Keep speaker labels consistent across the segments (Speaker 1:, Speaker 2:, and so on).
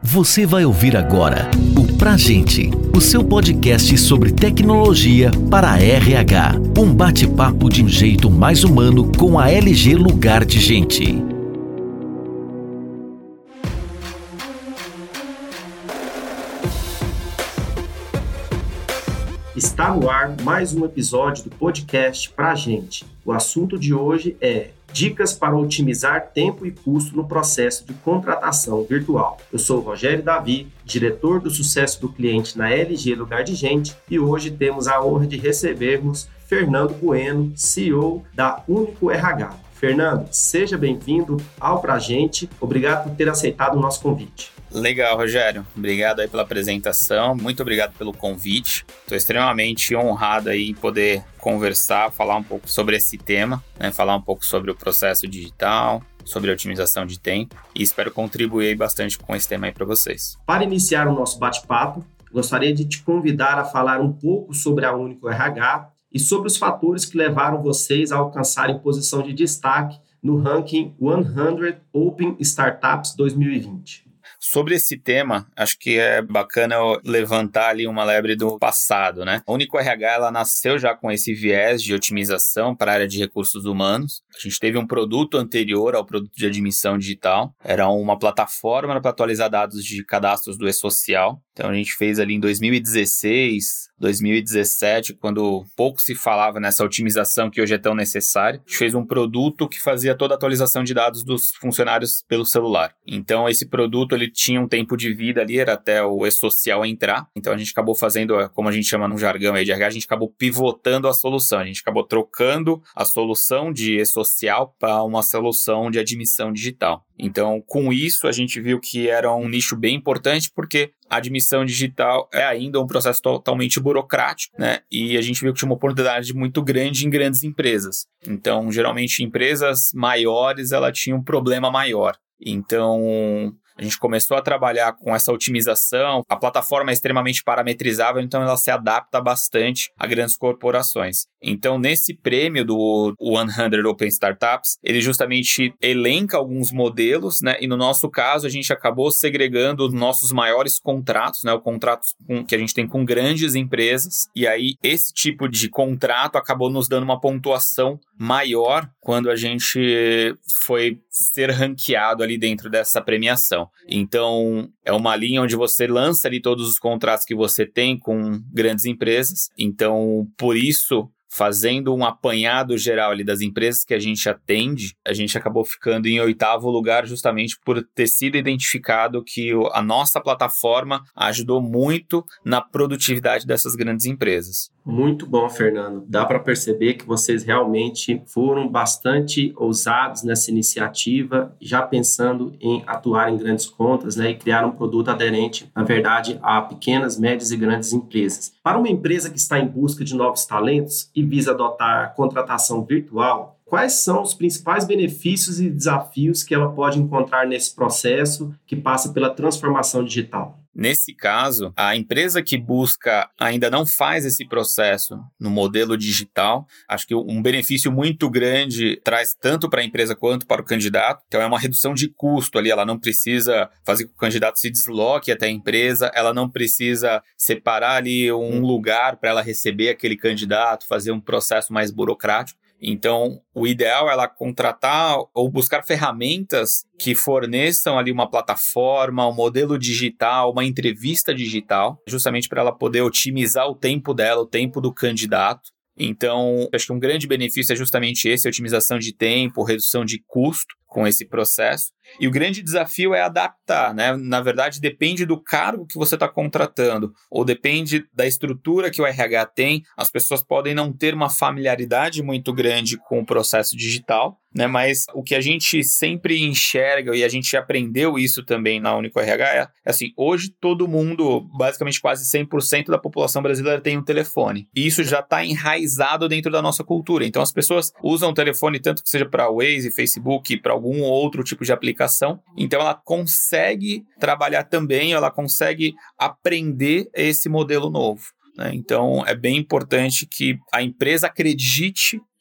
Speaker 1: Você vai ouvir agora o Pra Gente, o seu podcast sobre tecnologia para a RH. Um bate-papo de um jeito mais humano com a LG Lugar de Gente.
Speaker 2: Está no ar mais um episódio do podcast Pra Gente. O assunto de hoje é dicas para otimizar tempo e custo no processo de contratação virtual. Eu sou o Rogério Davi, diretor do sucesso do cliente na LG Lugar de Gente, e hoje temos a honra de recebermos Fernando Bueno, CEO da Único RH. Fernando, seja bem-vindo ao Pra Gente. Obrigado por ter aceitado o nosso convite.
Speaker 3: Legal, Rogério. Obrigado aí pela apresentação. Muito obrigado pelo convite. Estou extremamente honrado aí em poder conversar, falar um pouco sobre esse tema, né? Falar um pouco sobre o processo digital, sobre a otimização de tempo, e espero contribuir bastante com esse tema aí para vocês.
Speaker 2: Para iniciar o nosso bate-papo, gostaria de te convidar a falar um pouco sobre a Único RH e sobre os fatores que levaram vocês a alcançarem posição de destaque no ranking 100 Open Startups 2020.
Speaker 3: Sobre esse tema, acho que é bacana eu levantar ali uma lebre do passado, né? A Único RH, ela nasceu já com esse viés de otimização para a área de recursos humanos. A gente teve um produto anterior ao produto de admissão digital. Era uma plataforma para atualizar dados de cadastros do E-Social. Então, a gente fez ali em 2016, 2017, quando pouco se falava nessa otimização que hoje é tão necessária. A gente fez um produto que fazia toda a atualização de dados dos funcionários pelo celular. Então, esse produto, ele tinha um tempo de vida ali, era até o E-Social entrar. Então, a gente acabou fazendo, como a gente chama no jargão aí de RH, a gente acabou pivotando a solução. A gente acabou trocando a solução de E-Social para uma solução de admissão digital. Então, com isso, a gente viu que era um nicho bem importante, porque a admissão digital é ainda um processo totalmente burocrático, né? E a gente viu que tinha uma oportunidade muito grande em grandes empresas. Então, geralmente, empresas maiores, ela tinha um problema maior. Então, a gente começou a trabalhar com essa otimização. A plataforma é extremamente parametrizável, então ela se adapta bastante a grandes corporações. Então, nesse prêmio do 100 Open Startups, ele justamente elenca alguns modelos, né? E no nosso caso, a gente acabou segregando os nossos maiores contratos, né? Os contratos que a gente tem com grandes empresas. E aí, esse tipo de contrato acabou nos dando uma pontuação maior quando a gente foi ser ranqueado ali dentro dessa premiação. Então, é uma linha onde você lança ali todos os contratos que você tem com grandes empresas. Então, por isso, fazendo um apanhado geral ali das empresas que a gente atende, a gente acabou ficando em 8º lugar justamente por ter sido identificado que a nossa plataforma ajudou muito na produtividade dessas grandes empresas.
Speaker 2: Muito bom, Fernando. Dá para perceber que vocês realmente foram bastante ousados nessa iniciativa, já pensando em atuar em grandes contas, né, e criar um produto aderente, na verdade, a pequenas, médias e grandes empresas. Para uma empresa que está em busca de novos talentos e visa adotar a contratação virtual, quais são os principais benefícios e desafios que ela pode encontrar nesse processo que passa pela transformação digital?
Speaker 3: Nesse caso, a empresa que busca ainda não faz esse processo no modelo digital. Acho que um benefício muito grande traz tanto para a empresa quanto para o candidato. Então, é uma redução de custo ali. Ela não precisa fazer com que o candidato se desloque até a empresa. Ela não precisa separar ali um lugar para ela receber aquele candidato, fazer um processo mais burocrático. Então, o ideal é ela contratar ou buscar ferramentas que forneçam ali uma plataforma, um modelo digital, uma entrevista digital, justamente para ela poder otimizar o tempo dela, o tempo do candidato. Então, acho que um grande benefício é justamente esse, a otimização de tempo, redução de custo com esse processo. E o grande desafio é adaptar, né? Na verdade, depende do cargo que você está contratando, ou depende da estrutura que o RH tem. As pessoas podem não ter uma familiaridade muito grande com o processo digital, né? Mas o que a gente sempre enxerga, e a gente aprendeu isso também na Único RH, é assim, hoje todo mundo, basicamente quase 100% da população brasileira tem um telefone. E isso já está enraizado dentro da nossa cultura. Então, as pessoas usam o telefone tanto que seja para Waze, Facebook, para algum outro tipo de aplicação. Então, ela consegue trabalhar também, ela consegue aprender esse modelo novo, né? Então, é bem importante que a empresa acredite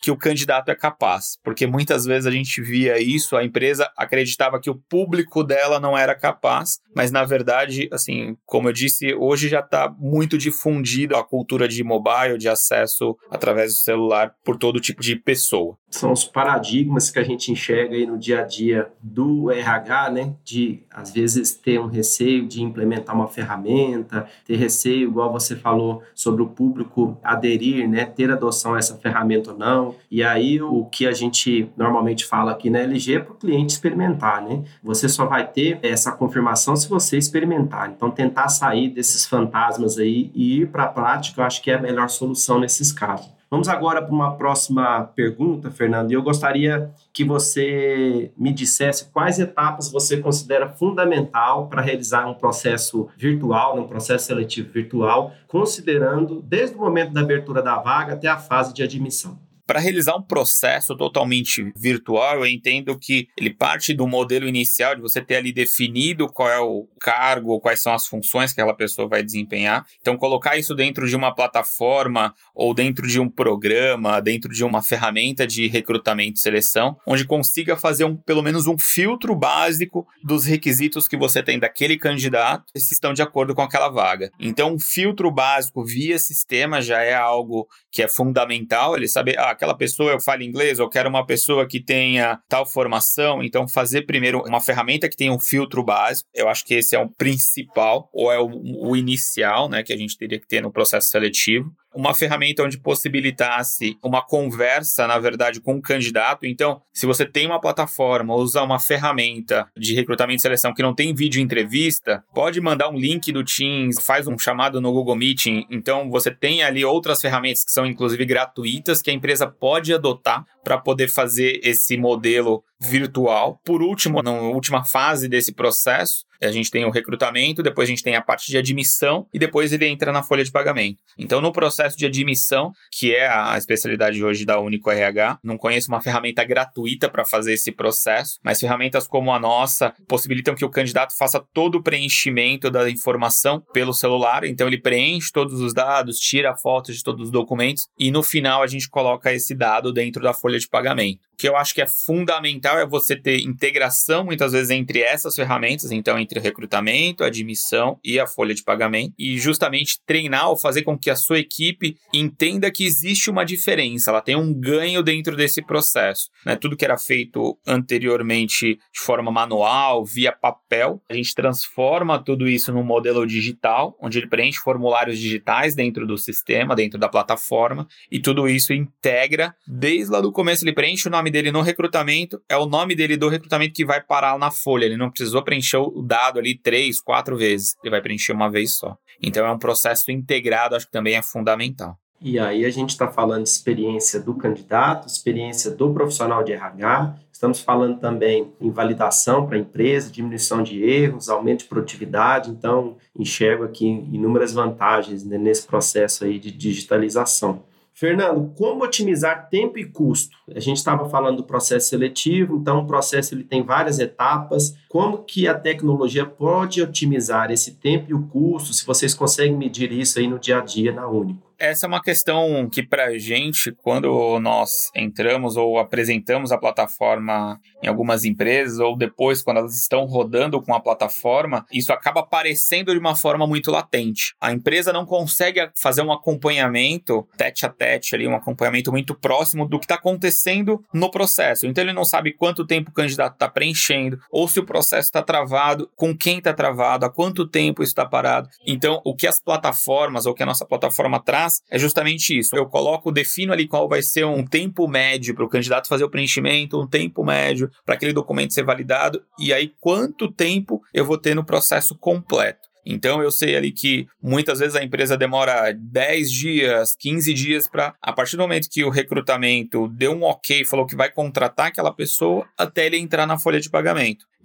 Speaker 3: que o candidato é capaz. Porque muitas vezes a gente via isso, a empresa acreditava que o público dela não era capaz, mas na verdade, assim, como eu disse, hoje já está muito difundida a cultura de mobile, de acesso através do celular por todo tipo de pessoa.
Speaker 2: São os paradigmas que a gente enxerga aí no dia a dia do RH, né? De, às vezes, ter um receio de implementar uma ferramenta, ter receio, igual você falou, sobre o público aderir, né? Ter adoção a essa ferramenta ou não. E aí, o que a gente normalmente fala aqui na LG é para o cliente experimentar, né? Você só vai ter essa confirmação se você experimentar. Então, tentar sair desses fantasmas aí e ir para a prática, eu acho que é a melhor solução nesses casos. Vamos agora para uma próxima pergunta, Fernando. Eu gostaria que você me dissesse quais etapas você considera fundamental para realizar um processo virtual, um processo seletivo virtual, considerando desde o momento da abertura da vaga até a fase de admissão.
Speaker 3: Para realizar um processo totalmente virtual, eu entendo que ele parte do modelo inicial de você ter ali definido qual é o cargo ou quais são as funções que aquela pessoa vai desempenhar. Então, colocar isso dentro de uma plataforma ou dentro de um programa, dentro de uma ferramenta de recrutamento e seleção, onde consiga fazer pelo menos um filtro básico dos requisitos que você tem daquele candidato se estão de acordo com aquela vaga. Então, um filtro básico via sistema já é algo que é fundamental, ele saber, aquela pessoa fala inglês, eu quero uma pessoa que tenha tal formação, então fazer primeiro uma ferramenta que tenha um filtro básico, eu acho que esse é o principal, ou é o inicial, né, que a gente teria que ter no processo seletivo. Uma ferramenta onde possibilitasse uma conversa, na verdade, com o candidato. Então, se você tem uma plataforma ou usa uma ferramenta de recrutamento e seleção que não tem vídeo entrevista, pode mandar um link do Teams, faz um chamado no Google Meeting. Então, você tem ali outras ferramentas que são, inclusive, gratuitas, que a empresa pode adotar para poder fazer esse modelo virtual. Por último, na última fase desse processo, a gente tem o recrutamento, depois a gente tem a parte de admissão e depois ele entra na folha de pagamento. Então, no processo de admissão, que é a especialidade hoje da Único RH, não conheço uma ferramenta gratuita para fazer esse processo, mas ferramentas como a nossa possibilitam que o candidato faça todo o preenchimento da informação pelo celular. Então, ele preenche todos os dados, tira fotos de todos os documentos e no final a gente coloca esse dado dentro da folha de pagamento. O que eu acho que é fundamental é você ter integração, muitas vezes, entre essas ferramentas, então entre o recrutamento, a admissão e a folha de pagamento, e justamente treinar ou fazer com que a sua equipe entenda que existe uma diferença, ela tem um ganho dentro desse processo, né? Tudo que era feito anteriormente de forma manual, via papel, a gente transforma tudo isso num modelo digital, onde ele preenche formulários digitais dentro do sistema, dentro da plataforma, e tudo isso integra, desde lá do começo ele preenche o nome dele no recrutamento, é o nome dele do recrutamento que vai parar na folha, ele não precisou preencher o dado ali 3, 4 vezes, ele vai preencher uma vez só. Então é um processo integrado, acho que também é fundamental.
Speaker 2: E aí a gente está falando de experiência do candidato, experiência do profissional de RH, estamos falando também em validação para a empresa, diminuição de erros, aumento de produtividade, então enxergo aqui inúmeras vantagens, né, nesse processo aí de digitalização. Fernando, como otimizar tempo e custo? A gente estava falando do processo seletivo, então o processo ele tem várias etapas. Como que a tecnologia pode otimizar esse tempo e o custo, se vocês conseguem medir isso aí no dia a dia na Único?
Speaker 3: Essa é uma questão que, para a gente, quando nós entramos ou apresentamos a plataforma em algumas empresas, ou depois, quando elas estão rodando com a plataforma, isso acaba aparecendo de uma forma muito latente. A empresa não consegue fazer um acompanhamento tete a tete, ali, um acompanhamento muito próximo do que está acontecendo no processo. Então, ele não sabe quanto tempo o candidato está preenchendo, ou se o processo está travado, com quem está travado, há quanto tempo isso está parado. Então, o que as plataformas, ou que a nossa plataforma traz, é justamente isso. Eu defino ali qual vai ser um tempo médio para o candidato fazer o preenchimento, um tempo médio para aquele documento ser validado, e aí quanto tempo eu vou ter no processo completo. Então, eu sei ali que muitas vezes a empresa demora 10 dias, 15 dias para, a partir do momento que o recrutamento deu um ok, falou que vai contratar aquela pessoa, até ele entrar na folha de pagamento.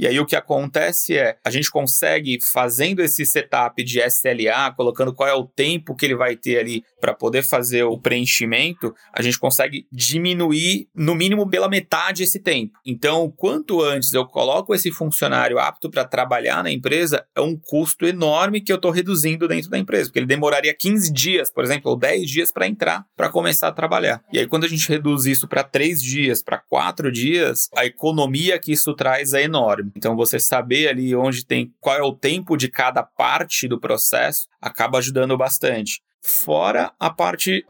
Speaker 3: E aí o que acontece é, a gente consegue, fazendo esse setup de SLA, colocando qual é o tempo que ele vai ter ali para poder fazer o preenchimento, a gente consegue diminuir, no mínimo, pela metade esse tempo. Então, quanto antes eu coloco esse funcionário apto para trabalhar na empresa, é um custo enorme que eu estou reduzindo dentro da empresa, porque ele demoraria 15 dias, por exemplo, ou 10 dias para entrar, para começar a trabalhar. E aí, quando a gente reduz isso para 3 dias, para 4 dias, a economia que isso traz é enorme. Então, você saber ali onde tem, qual é o tempo de cada parte do processo, acaba ajudando bastante. Fora a parte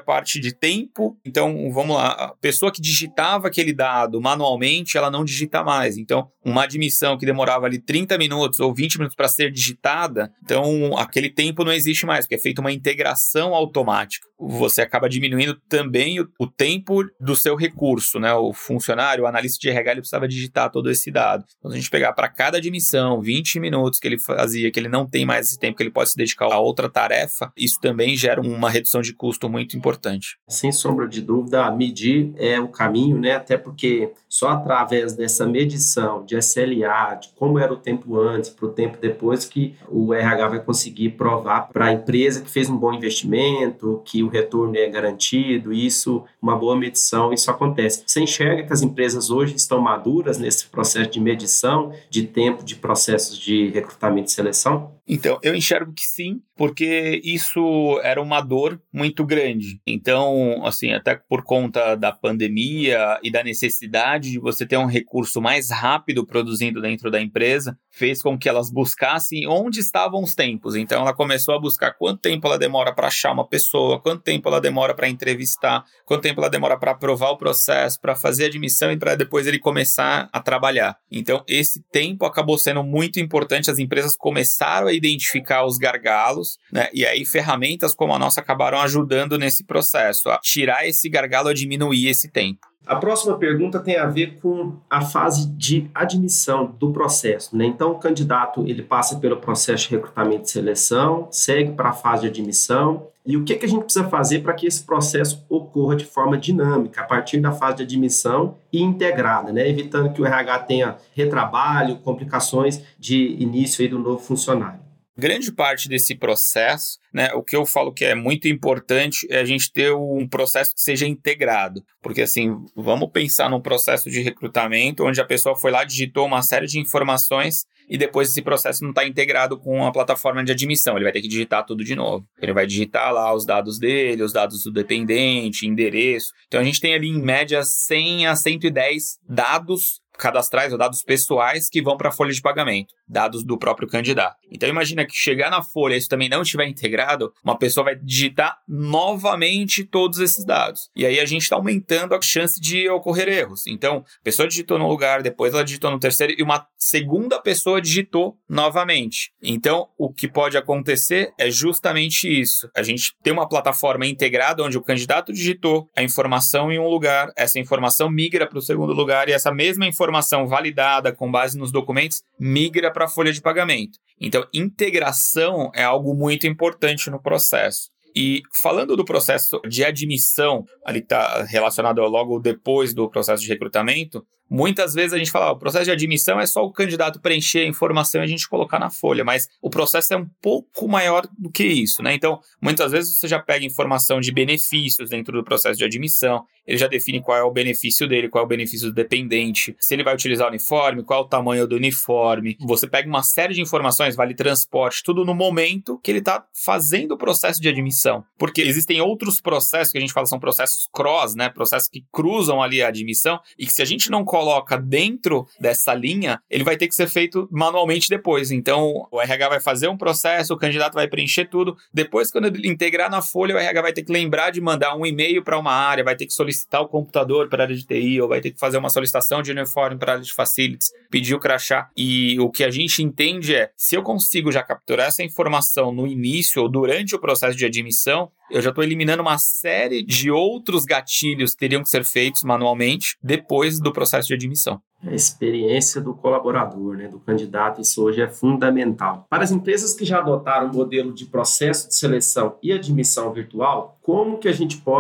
Speaker 3: de tempo. Então, vamos lá, a pessoa que digitava aquele dado manualmente, ela não digita mais. Então, uma admissão que demorava ali 30 minutos ou 20 minutos para ser digitada, então aquele tempo não existe mais, porque é feita uma integração automática. Você acaba diminuindo também o tempo do seu recurso, né? O funcionário, o analista de RH, ele precisava digitar todo esse dado. Então, se a gente pegar para cada admissão 20 minutos que ele fazia, que ele não tem mais esse tempo, que ele pode se dedicar a outra tarefa, isso também gera uma redução de custo muito importante.
Speaker 2: Sem sombra de dúvida, medir é o caminho, né? Até porque só através dessa medição de SLA, de como era o tempo antes para o tempo depois, que o RH vai conseguir provar para a empresa que fez um bom investimento, que o retorno é garantido, isso, uma boa medição, isso acontece. Você enxerga que as empresas hoje estão maduras nesse processo de medição, de tempo, de processos de recrutamento e seleção?
Speaker 3: Então, eu enxergo que sim, porque isso era uma dor muito grande. Então, assim, até por conta da pandemia e da necessidade de você ter um recurso mais rápido produzindo dentro da empresa, fez com que elas buscassem onde estavam os tempos. Então, ela começou a buscar quanto tempo ela demora para achar uma pessoa, quanto tempo ela demora para entrevistar, quanto tempo ela demora para aprovar o processo, para fazer a admissão e para depois ele começar a trabalhar. Então, esse tempo acabou sendo muito importante. As empresas começaram a identificar os gargalos, né? E aí ferramentas como a nossa acabaram ajudando nesse processo, a tirar esse gargalo, a diminuir esse tempo.
Speaker 2: A próxima pergunta tem a ver com a fase de admissão do processo, né? Então, o candidato ele passa pelo processo de recrutamento e seleção, segue para a fase de admissão. E o que a gente precisa fazer para que esse processo ocorra de forma dinâmica, a partir da fase de admissão e integrada, né? Evitando que o RH tenha retrabalho, complicações de início aí do novo funcionário.
Speaker 3: Grande parte desse processo, né, o que eu falo que é muito importante é a gente ter um processo que seja integrado. Porque, assim, vamos pensar num processo de recrutamento onde a pessoa foi lá, digitou uma série de informações e depois esse processo não está integrado com a plataforma de admissão. Ele vai ter que digitar tudo de novo. Ele vai digitar lá os dados dele, os dados do dependente, endereço. Então, a gente tem ali, em média, 100 a 110 dados cadastrais ou dados pessoais que vão para a folha de pagamento, dados do próprio candidato. Então, imagina que chegar na folha e isso também não estiver integrado, uma pessoa vai digitar novamente todos esses dados. E aí a gente está aumentando a chance de ocorrer erros. Então, a pessoa digitou num lugar, depois ela digitou no terceiro e uma segunda pessoa digitou novamente. Então, o que pode acontecer é justamente isso. A gente tem uma plataforma integrada onde o candidato digitou a informação em um lugar, essa informação migra para o segundo lugar e essa mesma informação validada com base nos documentos migra para a folha de pagamento. Então, integração é algo muito importante no processo. E falando do processo de admissão, ali está relacionado logo depois do processo de recrutamento, muitas vezes a gente fala, o processo de admissão é só o candidato preencher a informação e a gente colocar na folha, mas o processo é um pouco maior do que isso, né? Então, muitas vezes você já pega informação de benefícios dentro do processo de admissão, ele já define qual é o benefício dele, qual é o benefício do dependente, se ele vai utilizar o uniforme, qual é o tamanho do uniforme. Você pega uma série de informações, vale transporte, tudo no momento que ele está fazendo o processo de admissão. Porque existem outros processos que a gente fala, são processos cross, né? Processos que cruzam ali a admissão e que se a gente não coloca dentro dessa linha, ele vai ter que ser feito manualmente depois. Então, o RH vai fazer um processo, o candidato vai preencher tudo. Depois, quando ele integrar na folha, o RH vai ter que lembrar de mandar um e-mail para uma área, vai ter que solicitar o computador para a área de TI, ou vai ter que fazer uma solicitação de uniforme para a área de facilities, pedir o crachá. E o que a gente entende é, se eu consigo já capturar essa informação no início ou durante o processo de admissão, eu já estou eliminando uma série de outros gatilhos que teriam que ser feitos manualmente depois do processo de admissão.
Speaker 2: A experiência do colaborador, né, do candidato, isso hoje é fundamental. Para as empresas que já adotaram o modelo de processo de seleção e admissão virtual, como que a gente pode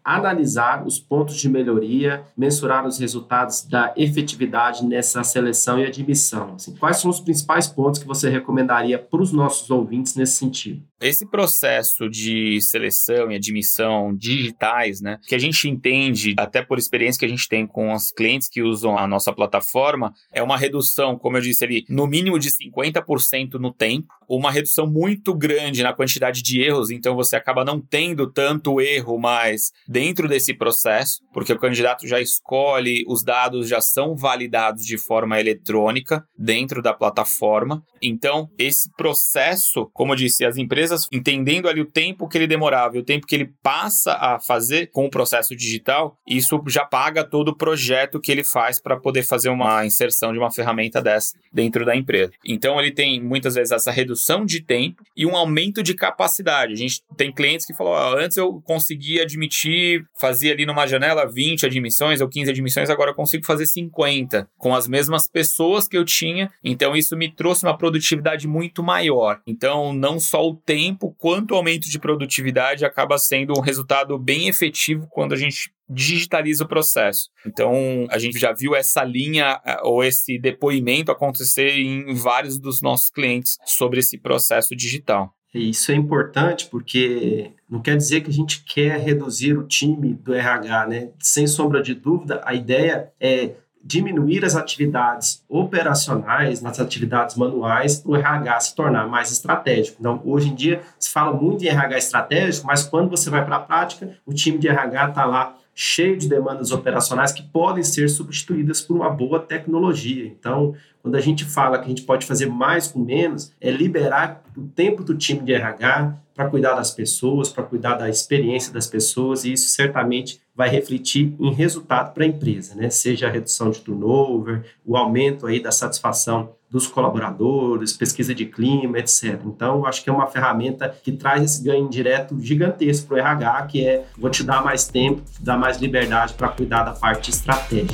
Speaker 2: analisar os pontos de melhoria, mensurar os resultados da efetividade nessa seleção e admissão. Assim, quais são os principais pontos que você recomendaria para os nossos ouvintes nesse sentido?
Speaker 3: Esse processo de seleção e admissão digitais, né, que a gente entende, até por experiência que a gente tem com os clientes que usam a nossa plataforma, é uma redução, como eu disse ali, no mínimo de 50% no tempo, uma redução muito grande na quantidade de erros, então você acaba não tendo tanto erro mais dentro desse processo, porque o candidato já escolhe, os dados já são validados de forma eletrônica dentro da plataforma. Então, esse processo, como eu disse, as empresas entendendo ali o tempo que ele demorava e o tempo que ele passa a fazer com o processo digital, isso já paga todo o projeto que ele faz para poder fazer uma inserção de uma ferramenta dessa dentro da empresa. Então, ele tem muitas vezes essa redução de tempo e um aumento de capacidade. A gente tem clientes que falam, antes eu conseguia admitir, fazia ali numa janela 20 admissões ou 15 admissões, agora eu consigo fazer 50 com as mesmas pessoas que eu tinha. Então, isso me trouxe uma produtividade muito maior. Então, não só o tempo, quanto o aumento de produtividade acaba sendo um resultado bem efetivo quando a gente digitaliza o processo. Então, a gente já viu essa linha ou esse depoimento acontecer em vários dos nossos clientes sobre esse processo digital.
Speaker 2: Isso é importante porque não quer dizer que a gente quer reduzir o time do RH, né? Sem sombra de dúvida, a ideia é diminuir as atividades operacionais, nas atividades manuais, para o RH se tornar mais estratégico. Então, hoje em dia, se fala muito em RH estratégico, mas quando você vai para a prática, o time de RH está lá cheio de demandas operacionais que podem ser substituídas por uma boa tecnologia. Então, quando a gente fala que a gente pode fazer mais com menos, é liberar o tempo do time de RH para cuidar das pessoas, para cuidar da experiência das pessoas, e isso certamente vai refletir em resultado para a empresa, né? Seja a redução de turnover, o aumento aí da satisfação dos colaboradores, pesquisa de clima, etc. Então, acho que é uma ferramenta que traz esse ganho indireto gigantesco para o RH, que é, vou te dar mais tempo, te dar mais liberdade para cuidar da parte estratégica.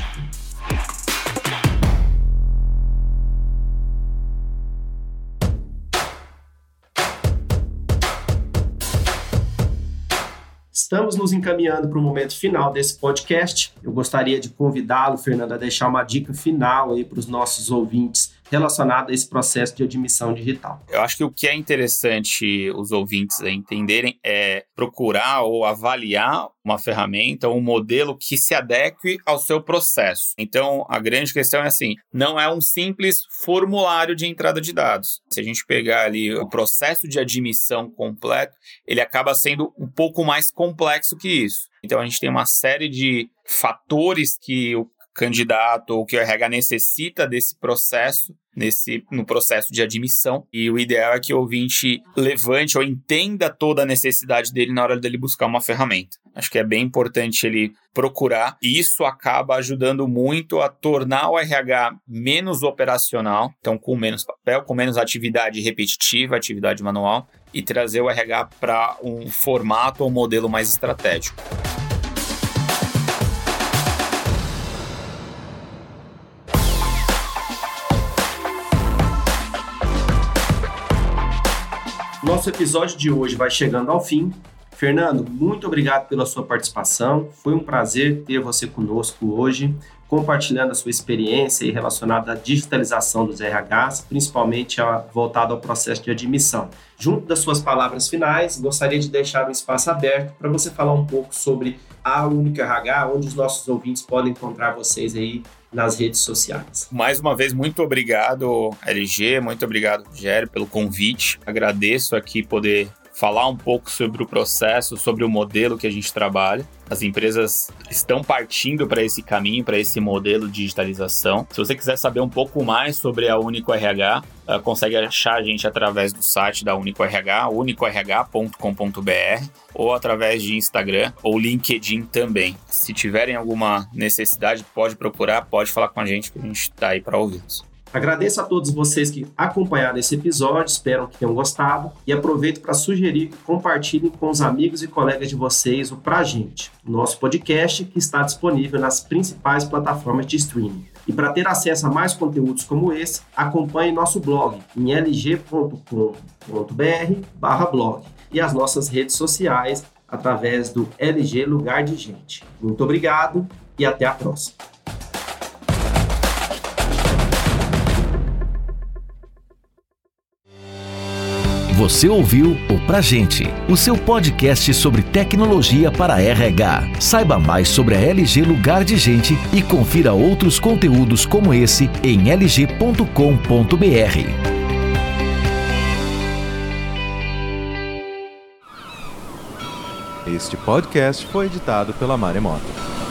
Speaker 2: Estamos nos encaminhando para o momento final desse podcast. Eu gostaria de convidá-lo, Fernando, a deixar uma dica final aí para os nossos ouvintes relacionada a esse processo de admissão digital.
Speaker 3: Eu acho que o que é interessante os ouvintes entenderem é procurar ou avaliar uma ferramenta, um modelo que se adeque ao seu processo. Então, a grande questão é assim, não é um simples formulário de entrada de dados. Se a gente pegar ali o processo de admissão completo, ele acaba sendo um pouco mais complexo que isso. Então, a gente tem uma série de fatores que o candidato ou que o RH necessita desse processo, no processo de admissão, e o ideal é que o ouvinte levante ou entenda toda a necessidade dele na hora dele buscar uma ferramenta. Acho que é bem importante ele procurar, e isso acaba ajudando muito a tornar o RH menos operacional, então com menos papel, com menos atividade repetitiva, atividade manual, e trazer o RH para um formato ou modelo mais estratégico.
Speaker 2: Nosso episódio de hoje vai chegando ao fim. Fernando, muito obrigado pela sua participação. Foi um prazer ter você conosco hoje, compartilhando a sua experiência relacionada à digitalização dos RHs, principalmente voltado ao processo de admissão. Junto das suas palavras finais, gostaria de deixar um espaço aberto para você falar um pouco sobre a Único RH, onde os nossos ouvintes podem encontrar vocês aí nas redes sociais.
Speaker 3: Mais uma vez, muito obrigado, LG, muito obrigado, Rogério, pelo convite. Agradeço aqui poder falar um pouco sobre o processo, sobre o modelo que a gente trabalha. As empresas estão partindo para esse caminho, para esse modelo de digitalização. Se você quiser saber um pouco mais sobre a Único RH, consegue achar a gente através do site da Único RH, unicorh.com.br, ou através de Instagram ou LinkedIn também. Se tiverem alguma necessidade, pode procurar, pode falar com a gente, que a gente está aí para ouvi-los.
Speaker 2: Agradeço a todos vocês que acompanharam esse episódio, espero que tenham gostado, e aproveito para sugerir que compartilhem com os amigos e colegas de vocês o Pra Gente, o nosso podcast que está disponível nas principais plataformas de streaming. E para ter acesso a mais conteúdos como esse, acompanhe nosso blog em lg.com.br/blog e as nossas redes sociais, através do LG Lugar de Gente. Muito obrigado e até a próxima.
Speaker 1: Você ouviu o Pra Gente, o seu podcast sobre tecnologia para RH. Saiba mais sobre a LG Lugar de Gente e confira outros conteúdos como esse em lg.com.br.
Speaker 4: Este podcast foi editado pela Maremoto.